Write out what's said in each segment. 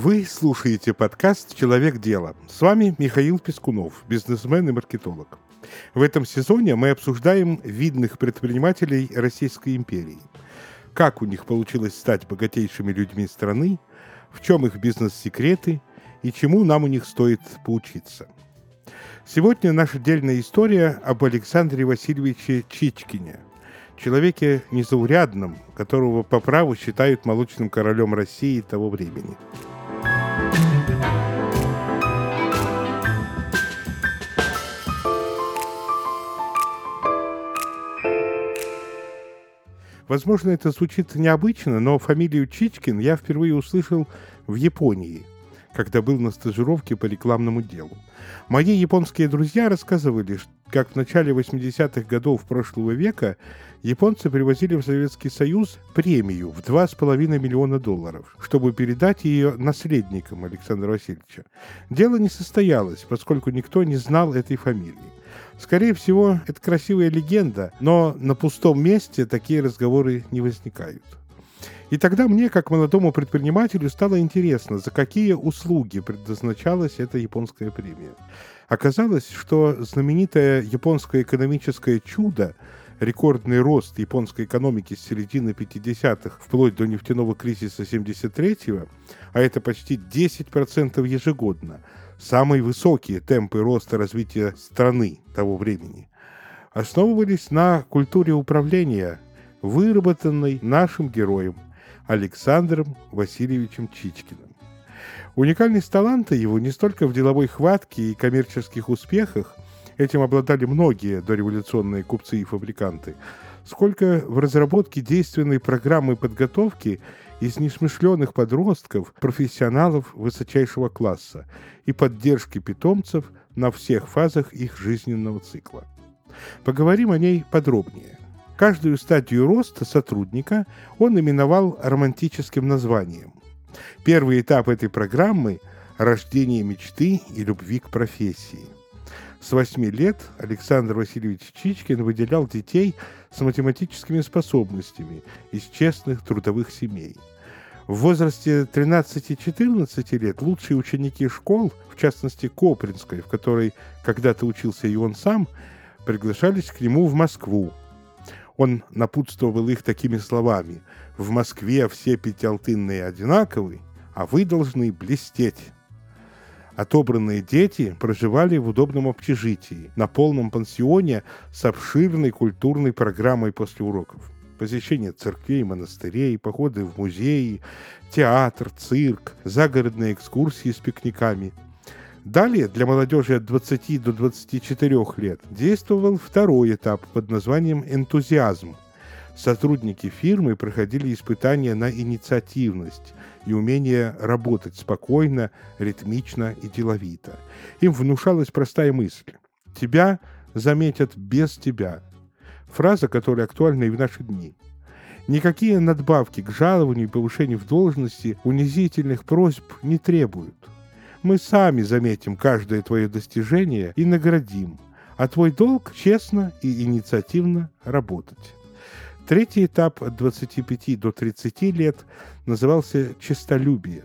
Вы слушаете подкаст «Человек дела». С вами Михаил Пискунов, бизнесмен и маркетолог. В этом сезоне мы обсуждаем видных предпринимателей Российской империи. Как у них получилось стать богатейшими людьми страны, в чем их бизнес-секреты и чему нам у них стоит поучиться. Сегодня наша отдельная история об Александре Васильевиче Чичкине, человеке незаурядном, которого по праву считают молочным королем России того времени. Возможно, это звучит необычно, но фамилию Чичкин я впервые услышал в Японии, когда был на стажировке по рекламному делу. Мои японские друзья рассказывали, как в начале 80-х годов прошлого века японцы привозили в Советский Союз премию в $2,5 миллиона, чтобы передать ее наследникам Александра Васильевича. Дело не состоялось, поскольку никто не знал этой фамилии. Скорее всего, это красивая легенда, но на пустом месте такие разговоры не возникают. И тогда мне, как молодому предпринимателю, стало интересно, за какие услуги предназначалась эта японская премия. Оказалось, что знаменитое японское экономическое чудо, рекордный рост японской экономики с середины 50-х вплоть до нефтяного кризиса 73-го, а это почти 10% ежегодно, самые высокие темпы роста развития страны того времени, основывались на культуре управления, выработанной нашим героем Александром Васильевичем Чичкиным. Уникальность таланта его не столько в деловой хватке и коммерческих успехах, этим обладали многие дореволюционные купцы и фабриканты, сколько в разработке действенной программы подготовки из несмышленых подростков, профессионалов высочайшего класса и поддержки питомцев на всех фазах их жизненного цикла. Поговорим о ней подробнее. Каждую стадию роста сотрудника он именовал романтическим названием. Первый этап этой программы – рождение мечты и любви к профессии. С 8 лет Александр Васильевич Чичкин выделял детей с математическими способностями из честных трудовых семей. В возрасте 13-14 лет лучшие ученики школ, в частности Копринской, в которой когда-то учился и он сам, приглашались к нему в Москву. Он напутствовал их такими словами: «В Москве все пятиалтынные одинаковы, а вы должны блестеть». Отобранные дети проживали в удобном общежитии, на полном пансионе с обширной культурной программой после уроков. Посещение церквей, монастырей, походы в музеи, театр, цирк, загородные экскурсии с пикниками. Далее для молодежи от 20 до 24 лет действовал второй этап под названием «Энтузиазм». Сотрудники фирмы проходили испытания на инициативность и умение работать спокойно, ритмично и деловито. Им внушалась простая мысль: «Тебя заметят без тебя». Фраза, которая актуальна и в наши дни. Никакие надбавки к жалованию и повышению в должности унизительных просьб не требуют. Мы сами заметим каждое твое достижение и наградим, а твой долг – честно и инициативно работать. Третий этап от 25 до 30 лет назывался «честолюбие».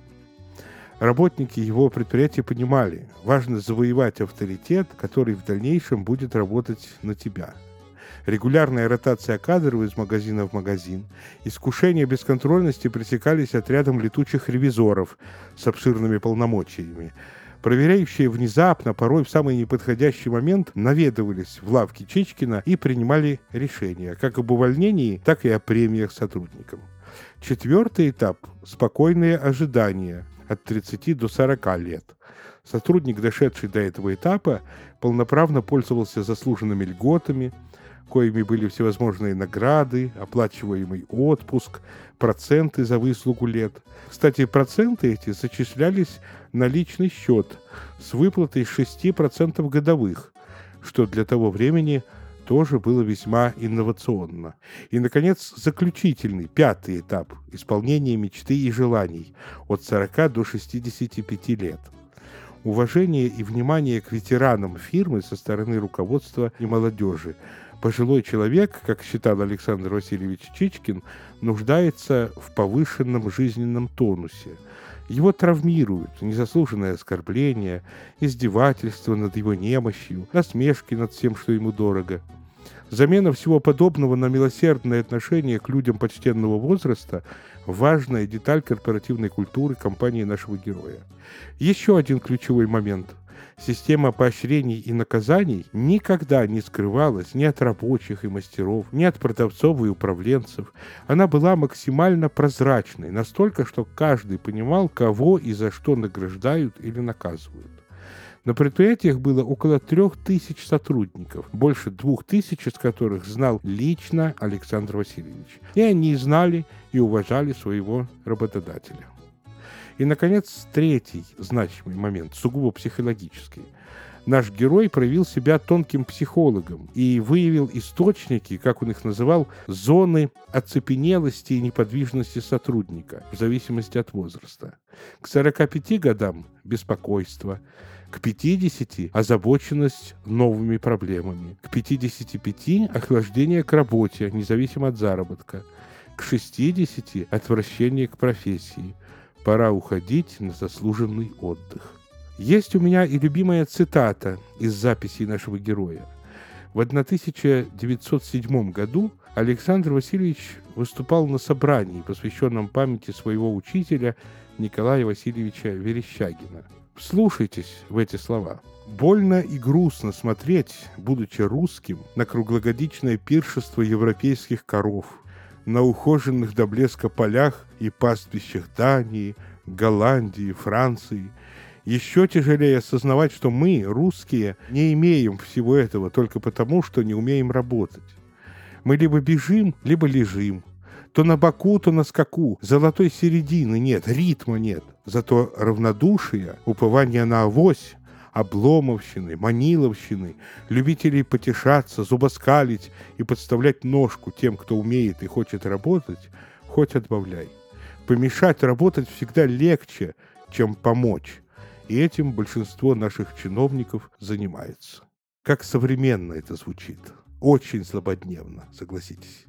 Работники его предприятия понимали, важно завоевать авторитет, который в дальнейшем будет работать на тебя. Регулярная ротация кадров из магазина в магазин, искушения бесконтрольности пресекались отрядом летучих ревизоров с обширными полномочиями. Проверяющие внезапно, порой в самый неподходящий момент, наведывались в лавки Чичкина и принимали решения, как об увольнении, так и о премиях сотрудникам. Четвертый этап – спокойные ожидания от 30 до 40 лет. Сотрудник, дошедший до этого этапа, полноправно пользовался заслуженными льготами, коими были всевозможные награды, оплачиваемый отпуск, проценты за выслугу лет. Кстати, проценты эти зачислялись на личный счет с выплатой 6% годовых, что для того времени тоже было весьма инновационно. И, наконец, заключительный, пятый этап – исполнение мечты и желаний от 40 до 65 лет. Уважение и внимание к ветеранам фирмы со стороны руководства и молодежи. Пожилой человек, как считал Александр Васильевич Чичкин, нуждается в повышенном жизненном тонусе. Его травмируют незаслуженное оскорбление, издевательство над его немощью, насмешки над всем, что ему дорого. Замена всего подобного на милосердное отношение к людям почтенного возраста – важная деталь корпоративной культуры компании нашего героя. Еще один ключевой момент. Система поощрений и наказаний никогда не скрывалась ни от рабочих и мастеров, ни от продавцов и управленцев. Она была максимально прозрачной, настолько, что каждый понимал, кого и за что награждают или наказывают. На предприятиях было около 3000 сотрудников, больше 2000 из которых знал лично Александр Васильевич. И они знали и уважали своего работодателя. И, наконец, третий значимый момент, сугубо психологический. Наш герой проявил себя тонким психологом и выявил источники, как он их называл, зоны оцепенелости и неподвижности сотрудника, в зависимости от возраста. К 45 годам – беспокойство, к 50 – озабоченность новыми проблемами, к 55 – охлаждение к работе, независимо от заработка, к 60 – отвращение к профессии. Пора уходить на заслуженный отдых. Есть у меня и любимая цитата из записей нашего героя. В 1907 году Александр Васильевич выступал на собрании, посвященном памяти своего учителя Николая Васильевича Верещагина. Вслушайтесь в эти слова. «Больно и грустно смотреть, будучи русским, на круглогодичное пиршество европейских коров, на ухоженных до блеска полях и пастбищах Дании, Голландии, Франции. Еще тяжелее осознавать, что мы, русские, не имеем всего этого только потому, что не умеем работать. Мы либо бежим, либо лежим. То на боку, то на скаку. Золотой середины нет, ритма нет. Зато равнодушие, упование на авось, обломовщины, маниловщины, любителей потешаться, зубоскалить и подставлять ножку тем, кто умеет и хочет работать, хоть отбавляй. Помешать работать всегда легче, чем помочь. И этим большинство наших чиновников занимается. Как современно это звучит. Очень злободневно, согласитесь.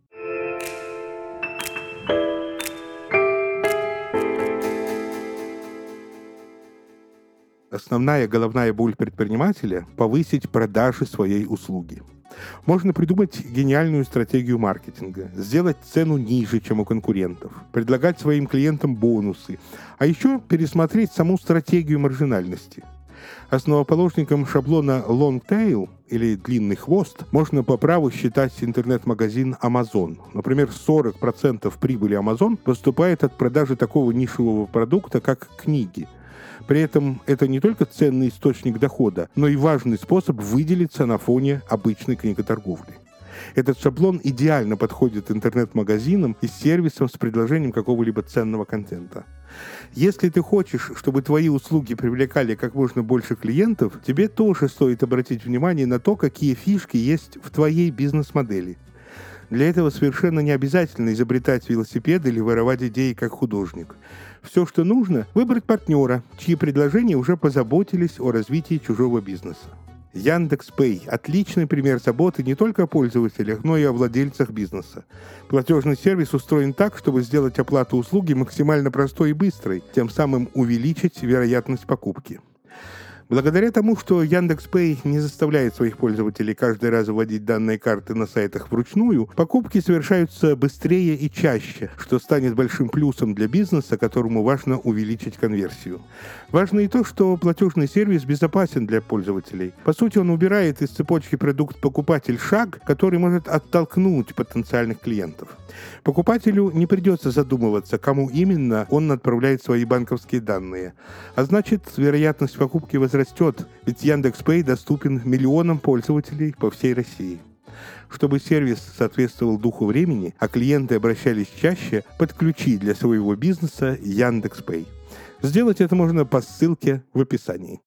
Основная головная боль предпринимателя – повысить продажи своей услуги. Можно придумать гениальную стратегию маркетинга, сделать цену ниже, чем у конкурентов, предлагать своим клиентам бонусы, а еще пересмотреть саму стратегию маржинальности. Основоположником шаблона Long Tail, или длинный хвост, можно по праву считать интернет-магазин Amazon. Например, 40% прибыли Amazon поступает от продажи такого нишевого продукта, как книги. При этом это не только ценный источник дохода, но и важный способ выделиться на фоне обычной книготорговли. Этот шаблон идеально подходит интернет-магазинам и сервисам с предложением какого-либо ценного контента. Если ты хочешь, чтобы твои услуги привлекали как можно больше клиентов, тебе тоже стоит обратить внимание на то, какие фишки есть в твоей бизнес-модели. Для этого совершенно не обязательно изобретать велосипед или воровать идеи как художник. Все, что нужно, выбрать партнера, чьи предложения уже позаботились о развитии чужого бизнеса. Яндекс.Пэй – отличный пример заботы не только о пользователях, но и о владельцах бизнеса. Платежный сервис устроен так, чтобы сделать оплату услуги максимально простой и быстрой, тем самым увеличить вероятность покупки. Благодаря тому, что Яндекс.Пэй не заставляет своих пользователей каждый раз вводить данные карты на сайтах вручную, покупки совершаются быстрее и чаще, что станет большим плюсом для бизнеса, которому важно увеличить конверсию. Важно и то, что платежный сервис безопасен для пользователей. По сути, он убирает из цепочки продукт-покупатель шаг, который может оттолкнуть потенциальных клиентов. Покупателю не придется задумываться, кому именно он отправляет свои банковские данные. А значит, вероятность покупки возрастет, ведь Яндекс.Пэй доступен миллионам пользователей по всей России. Чтобы сервис соответствовал духу времени, а клиенты обращались чаще, подключи для своего бизнеса Яндекс.Пэй. Сделать это можно по ссылке в описании.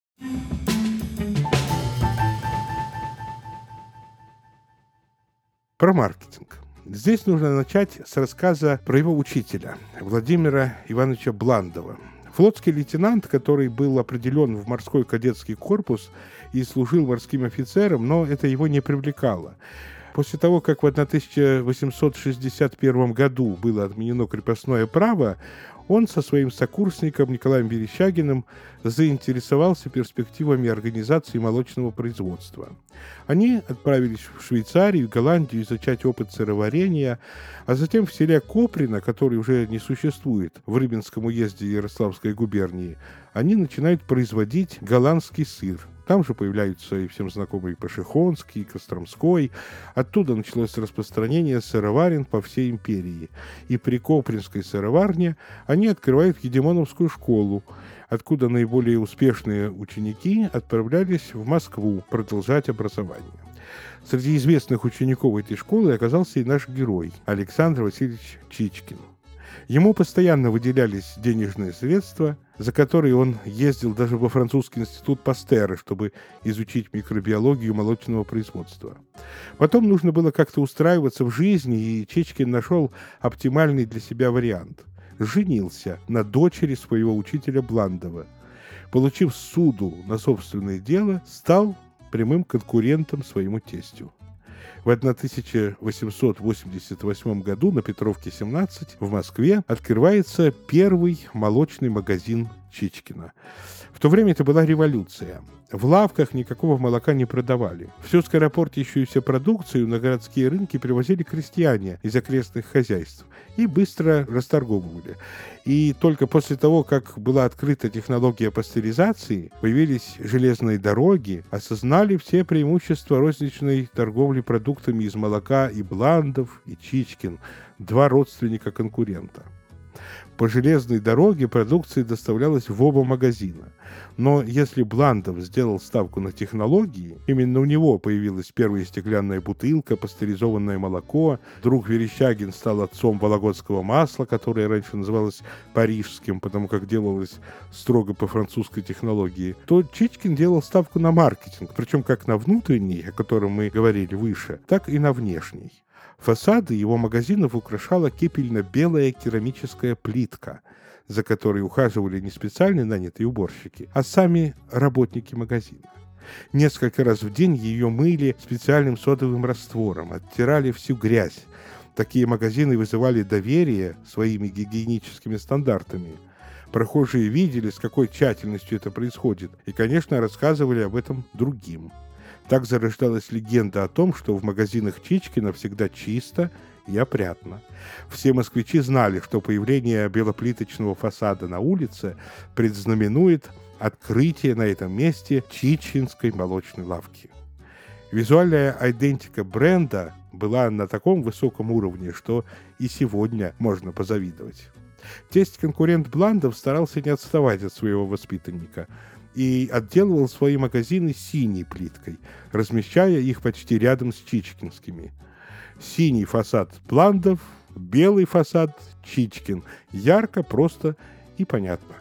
Про маркетинг. Здесь нужно начать с рассказа про его учителя, Владимира Ивановича Бландова. Флотский лейтенант, который был определен в морской кадетский корпус и служил морским офицером, но это его не привлекало. После того, как в 1861 году было отменено крепостное право, он со своим сокурсником Николаем Верещагиным заинтересовался перспективами организации молочного производства. Они отправились в Швейцарию и Голландию изучать опыт сыроварения, а затем в селе Коприно, который уже не существует, в Рыбинском уезде Ярославской губернии, они начинают производить голландский сыр. Там же появляются и всем знакомые Пашихонский, Костромской. Оттуда началось распространение сыроварен по всей империи. И при Копринской сыроварне они открывают Гедемоновскую школу, откуда наиболее успешные ученики отправлялись в Москву продолжать образование. Среди известных учеников этой школы оказался и наш герой Александр Васильевич Чичкин. Ему постоянно выделялись денежные средства, за которые он ездил даже во французский институт Пастера, чтобы изучить микробиологию молочного производства. Потом нужно было как-то устраиваться в жизни, и Чичкин нашел оптимальный для себя вариант. Женился на дочери своего учителя Бландова. Получив суду на собственное дело, стал прямым конкурентом своему тестю. В 1888 году на Петровке, 17, в Москве открывается первый молочный магазин Чичкина. В то время это была революция. В лавках никакого молока не продавали. Всю скоропортящуюся продукцию на городские рынки привозили крестьяне из окрестных хозяйств и быстро расторговывали. И только после того, как была открыта технология пастеризации, появились железные дороги, осознали все преимущества розничной торговли продуктами из молока и Бландов, и Чичкин, два родственника-конкурента. По железной дороге продукция доставлялась в оба магазина. Но если Бландов сделал ставку на технологии, именно у него появилась первая стеклянная бутылка, пастеризованное молоко, друг Верещагин стал отцом вологодского масла, которое раньше называлось парижским, потому как делалось строго по французской технологии, то Чичкин делал ставку на маркетинг, причем как на внутренний, о котором мы говорили выше, так и на внешний. Фасады его магазинов украшала кипельно-белая керамическая плитка, за которой ухаживали не специально нанятые уборщики, а сами работники магазина. Несколько раз в день ее мыли специальным содовым раствором, оттирали всю грязь. Такие магазины вызывали доверие своими гигиеническими стандартами. Прохожие видели, с какой тщательностью это происходит, и, конечно, рассказывали об этом другим. Так зарождалась легенда о том, что в магазинах Чичкина всегда чисто и опрятно. Все москвичи знали, что появление белоплиточного фасада на улице предзнаменует открытие на этом месте Чичкинской молочной лавки. Визуальная идентика бренда была на таком высоком уровне, что и сегодня можно позавидовать. Тесть-конкурент Бландов старался не отставать от своего воспитанника и отделывал свои магазины синей плиткой, размещая их почти рядом с чичкинскими. Синий фасад Бландов, белый фасад Чичкин. Ярко, просто и понятно.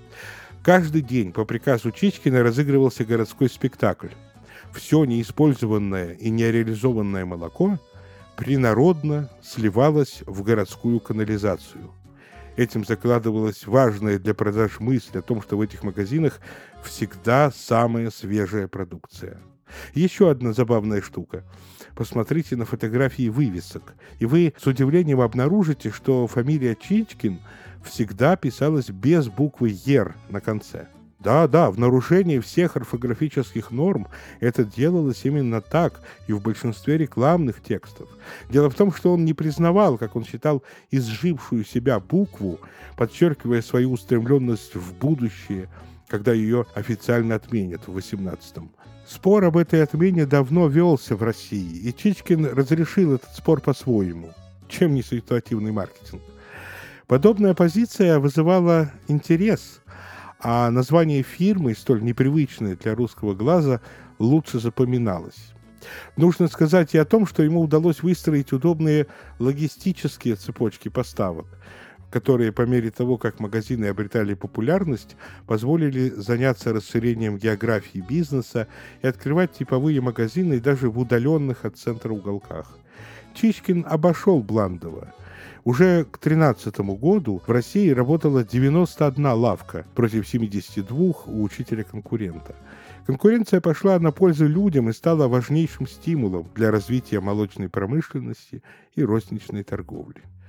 Каждый день по приказу Чичкина разыгрывался городской спектакль. Все неиспользованное и нереализованное молоко принародно сливалось в городскую канализацию. Этим закладывалась важная для продаж мысль о том, что в этих магазинах всегда самая свежая продукция. Еще одна забавная штука. Посмотрите на фотографии вывесок, и вы с удивлением обнаружите, что фамилия Чичкин всегда писалась без буквы «ер» на конце. Да, в нарушении всех орфографических норм это делалось именно так и в большинстве рекламных текстов. Дело в том, что он не признавал, как он считал, изжившую себя букву, подчеркивая свою устремленность в будущее, когда ее официально отменят в 18-м. Спор об этой отмене давно велся в России, и Чичкин разрешил этот спор по-своему. Чем не ситуативный маркетинг? Подобная позиция вызывала интерес, а название фирмы, столь непривычное для русского глаза, лучше запоминалось. Нужно сказать и о том, что ему удалось выстроить удобные логистические цепочки поставок, которые по мере того, как магазины обретали популярность, позволили заняться расширением географии бизнеса и открывать типовые магазины даже в удаленных от центра уголках. Чичкин обошел Бландова. Уже к 2013 году в России работала 91 лавка против 72 у учителя-конкурента. Конкуренция пошла на пользу людям и стала важнейшим стимулом для развития молочной промышленности и розничной торговли.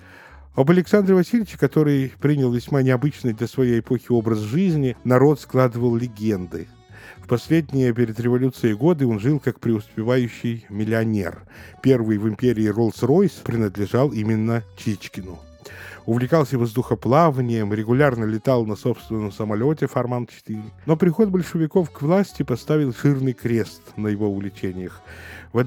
Об Александре Васильевиче, который принял весьма необычный для своей эпохи образ жизни, народ складывал легенды. В последние перед революцией годы он жил как преуспевающий миллионер. Первый в империи Роллс-Ройс принадлежал именно Чичкину. Увлекался воздухоплаванием, регулярно летал на собственном самолете «Фарман-4». Но приход большевиков к власти поставил жирный крест на его увлечениях. В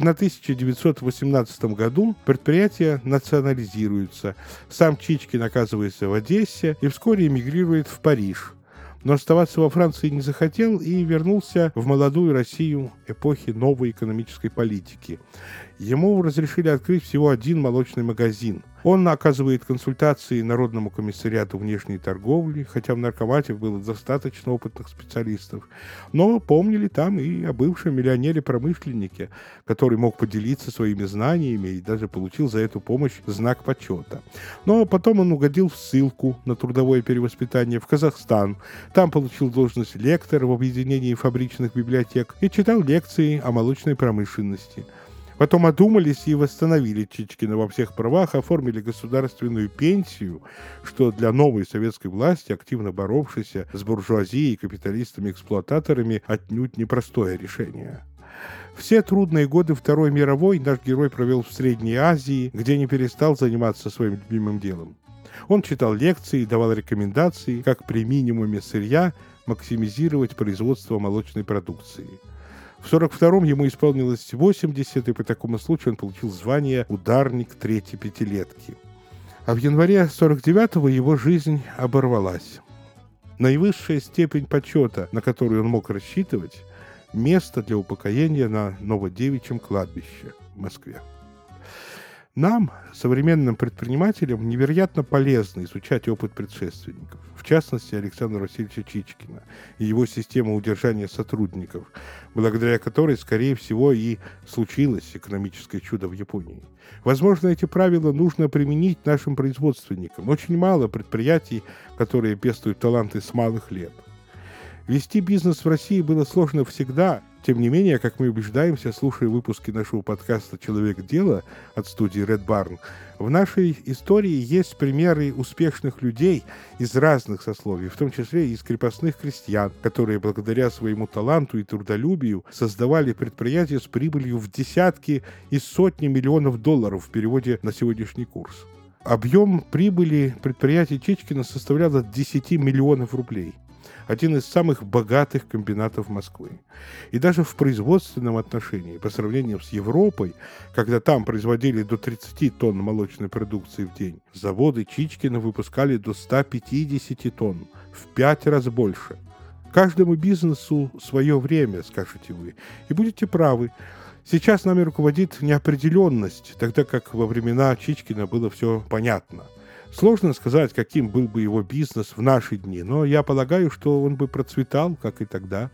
1918 году предприятие национализируется. Сам Чичкин оказывается в Одессе и вскоре эмигрирует в Париж. Но оставаться во Франции не захотел и вернулся в молодую Россию эпохи новой экономической политики. Ему разрешили открыть всего один молочный магазин. Он оказывает консультации Народному комиссариату внешней торговли, хотя в наркомате было достаточно опытных специалистов. Но помнили там и о бывшем миллионере-промышленнике, который мог поделиться своими знаниями и даже получил за эту помощь знак почета. Но потом он угодил в ссылку на трудовое перевоспитание в Казахстан. Там получил должность лектора в объединении фабричных библиотек и читал лекции о молочной промышленности. Потом одумались и восстановили Чичкина во всех правах, оформили государственную пенсию, что для новой советской власти, активно боровшейся с буржуазией и капиталистами-эксплуататорами, отнюдь непростое решение. Все трудные годы Второй мировой наш герой провел в Средней Азии, где не перестал заниматься своим любимым делом. Он читал лекции и давал рекомендации, как при минимуме сырья максимизировать производство молочной продукции. В 1942-м ему исполнилось 80, и по такому случаю он получил звание «Ударник третьей пятилетки». А в январе 1949-го его жизнь оборвалась. Наивысшая степень почета, на которую он мог рассчитывать, место для упокоения на Новодевичьем кладбище в Москве. Нам, современным предпринимателям, невероятно полезно изучать опыт предшественников, в частности Александра Васильевича Чичкина и его систему удержания сотрудников, благодаря которой, скорее всего, и случилось экономическое чудо в Японии. Возможно, эти правила нужно применить нашим производственникам. Очень мало предприятий, которые пестуют таланты с малых лет. Вести бизнес в России было сложно всегда. Тем не менее, как мы убеждаемся, слушая выпуски нашего подкаста «Человек дела» от студии Red Barn, в нашей истории есть примеры успешных людей из разных сословий, в том числе и из крепостных крестьян, которые благодаря своему таланту и трудолюбию создавали предприятия с прибылью в десятки и сотни миллионов долларов в переводе на сегодняшний курс. Объем прибыли предприятий Чичкина составлял от 10 миллионов рублей. Один из самых богатых комбинатов Москвы. И даже в производственном отношении, по сравнению с Европой, когда там производили до 30 тонн молочной продукции в день, заводы Чичкина выпускали до 150 тонн, в 5 раз больше. Каждому бизнесу свое время, скажете вы, и будете правы. Сейчас нами руководит неопределенность, тогда как во времена Чичкина было все понятно. Сложно сказать, каким был бы его бизнес в наши дни, но я полагаю, что он бы процветал, как и тогда.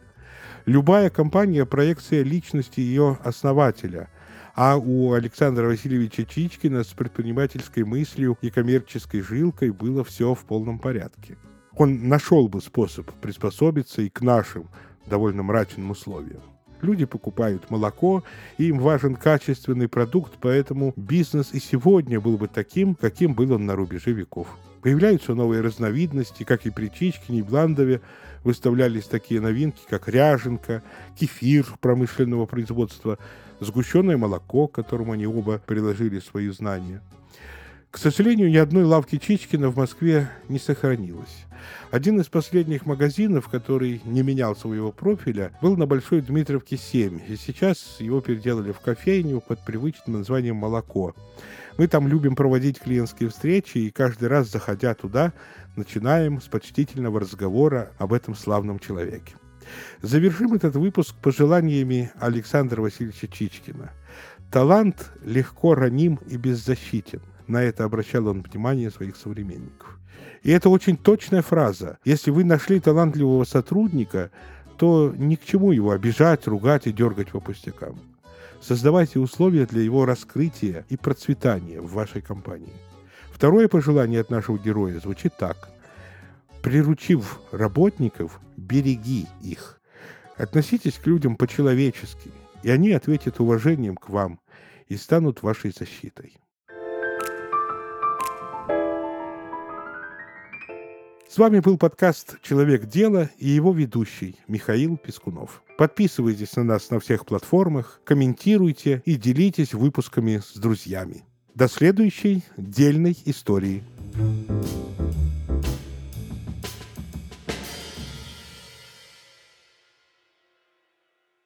Любая компания – проекция личности ее основателя, а у Александра Васильевича Чичкина с предпринимательской мыслью и коммерческой жилкой было все в полном порядке. Он нашел бы способ приспособиться и к нашим довольно мрачным условиям. Люди покупают молоко, и им важен качественный продукт, поэтому бизнес и сегодня был бы таким, каким был он на рубеже веков. Появляются новые разновидности, как и при Чичкине и Бландове выставлялись такие новинки, как ряженка, кефир промышленного производства, сгущенное молоко, к которому они оба приложили свои знания. К сожалению, ни одной лавки Чичкина в Москве не сохранилось. Один из последних магазинов, который не менял своего профиля, был на Большой Дмитровке 7, и сейчас его переделали в кофейню под привычным названием «Молоко». Мы там любим проводить клиентские встречи, и каждый раз, заходя туда, начинаем с почтительного разговора об этом славном человеке. Завершим этот выпуск пожеланиями Александра Васильевича Чичкина. «Талант легко раним и беззащитен». На это обращал он внимание своих современников. И это очень точная фраза. Если вы нашли талантливого сотрудника, то ни к чему его обижать, ругать и дергать по пустякам. Создавайте условия для его раскрытия и процветания в вашей компании. Второе пожелание от нашего героя звучит так. Приручив работников, береги их. Относитесь к людям по-человечески, и они ответят уважением к вам и станут вашей защитой. С вами был подкаст «Человек дела» и его ведущий Михаил Пискунов. Подписывайтесь на нас на всех платформах, комментируйте и делитесь выпусками с друзьями. До следующей дельной истории.